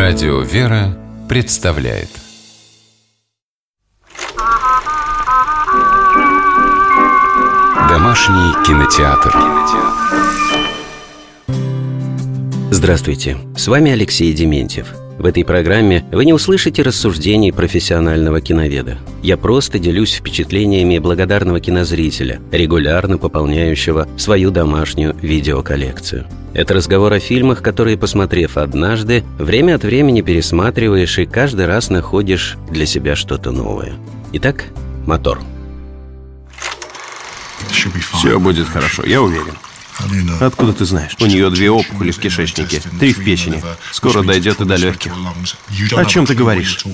Радио «Вера» представляет Домашний кинотеатр. Здравствуйте, с вами Алексей Дементьев. В этой программе вы не услышите рассуждений профессионального киноведа. Я просто делюсь впечатлениями благодарного кинозрителя, регулярно пополняющего свою домашнюю видеоколлекцию. Это разговор о фильмах, которые, посмотрев однажды, время от времени пересматриваешь и каждый раз находишь для себя что-то новое. Итак, мотор. Все будет хорошо, я уверен. Откуда ты знаешь? У нее 2 опухоли в кишечнике, 3 в печени. Скоро дойдет и до легких. О чем ты говоришь?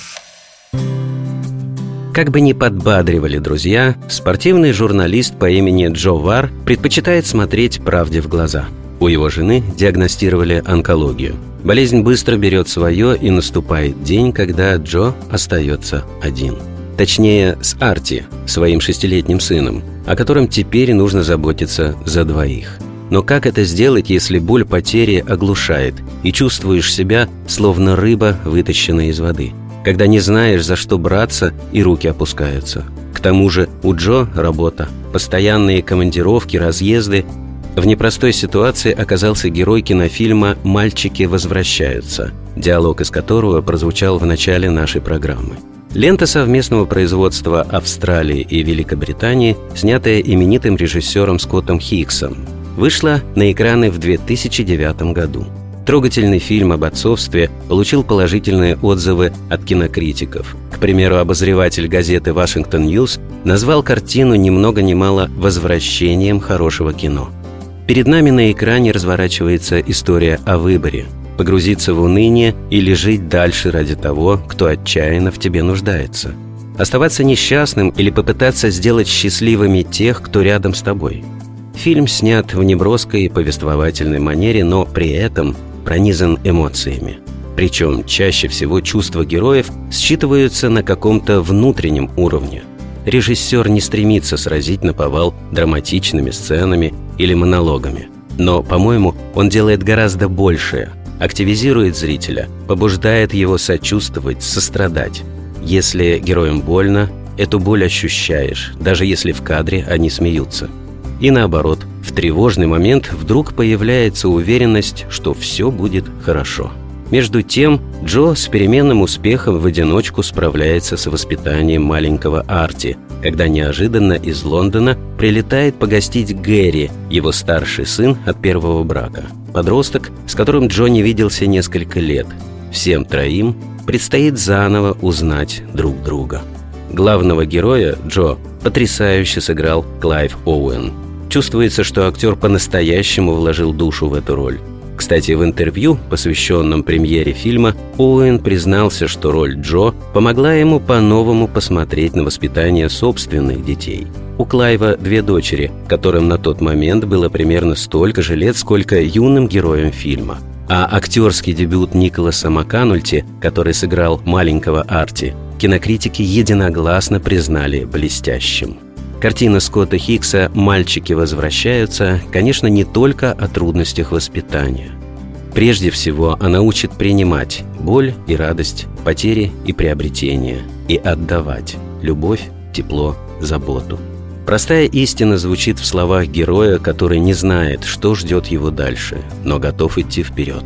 Как бы ни подбадривали друзья, спортивный журналист по имени Джо Вар предпочитает смотреть правде в глаза. У его жены диагностировали онкологию. Болезнь быстро берет свое, и наступает день, когда Джо остается один. Точнее, с Арти, своим 6-летним сыном, о котором теперь нужно заботиться за 2. Но как это сделать, если боль потери оглушает, и чувствуешь себя, словно рыба, вытащенная из воды, когда не знаешь, за что браться, и руки опускаются? К тому же у Джо работа, постоянные командировки, разъезды. В непростой ситуации оказался герой кинофильма «Мальчики возвращаются», диалог из которого прозвучал в начале нашей программы. Лента совместного производства Австралии и Великобритании, снятая именитым режиссером Скоттом Хиксом, вышла на экраны в 2009 году. Трогательный фильм об отцовстве получил положительные отзывы от кинокритиков. К примеру, обозреватель газеты «Вашингтон Ньюс» назвал картину ни много ни мало «возвращением хорошего кино». Перед нами на экране разворачивается история о выборе – погрузиться в уныние или жить дальше ради того, кто отчаянно в тебе нуждается. Оставаться несчастным или попытаться сделать счастливыми тех, кто рядом с тобой. Фильм снят в неброской повествовательной манере, но при этом пронизан эмоциями. Причем чаще всего чувства героев считываются на каком-то внутреннем уровне. Режиссер не стремится сразить наповал драматичными сценами или монологами. Но, по-моему, он делает гораздо большее. Активизирует зрителя, побуждает его сочувствовать, сострадать. Если героям больно, эту боль ощущаешь, даже если в кадре они смеются. И наоборот, в тревожный момент вдруг появляется уверенность, что все будет хорошо. Между тем, Джо с переменным успехом в одиночку справляется с воспитанием маленького Арти, когда неожиданно из Лондона прилетает погостить Гэри, его старший сын от первого брака. Подросток, с которым Джо не виделся несколько лет. Всем 3 предстоит заново узнать друг друга. Главного героя, Джо, потрясающе сыграл Клайв Оуэн. Чувствуется, что актер по-настоящему вложил душу в эту роль. Кстати, в интервью, посвященном премьере фильма, Оуэн признался, что роль Джо помогла ему по-новому посмотреть на воспитание собственных детей. У Клайва 2 дочери, которым на тот момент было примерно столько же лет, сколько юным героям фильма. А актерский дебют Николаса Маканульти, который сыграл маленького Арти, кинокритики единогласно признали блестящим. Картина Скотта Хикса «Мальчики возвращаются», конечно, не только о трудностях воспитания. Прежде всего, она учит принимать боль и радость, потери и приобретения, и отдавать любовь, тепло, заботу. Простая истина звучит в словах героя, который не знает, что ждет его дальше, но готов идти вперед.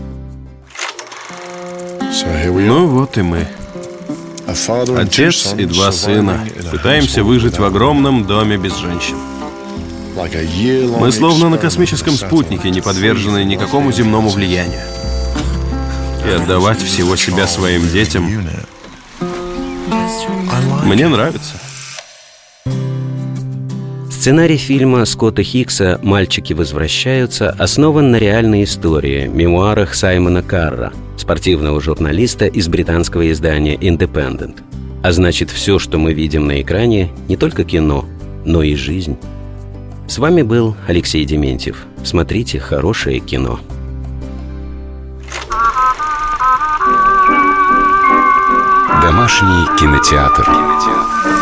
Ну вот и мы. Отец и 2 сына. Пытаемся выжить в огромном доме без женщин. Мы словно на космическом спутнике, не подвержены никакому земному влиянию. И отдавать всего себя своим детям мне нравится. Сценарий фильма Скотта Хикса «Мальчики возвращаются» основан на реальной истории, мемуарах Саймона Карра, спортивного журналиста из британского издания «Independent». А значит, все, что мы видим на экране, не только кино, но и жизнь. С вами был Алексей Дементьев. Смотрите хорошее кино. Домашний кинотеатр.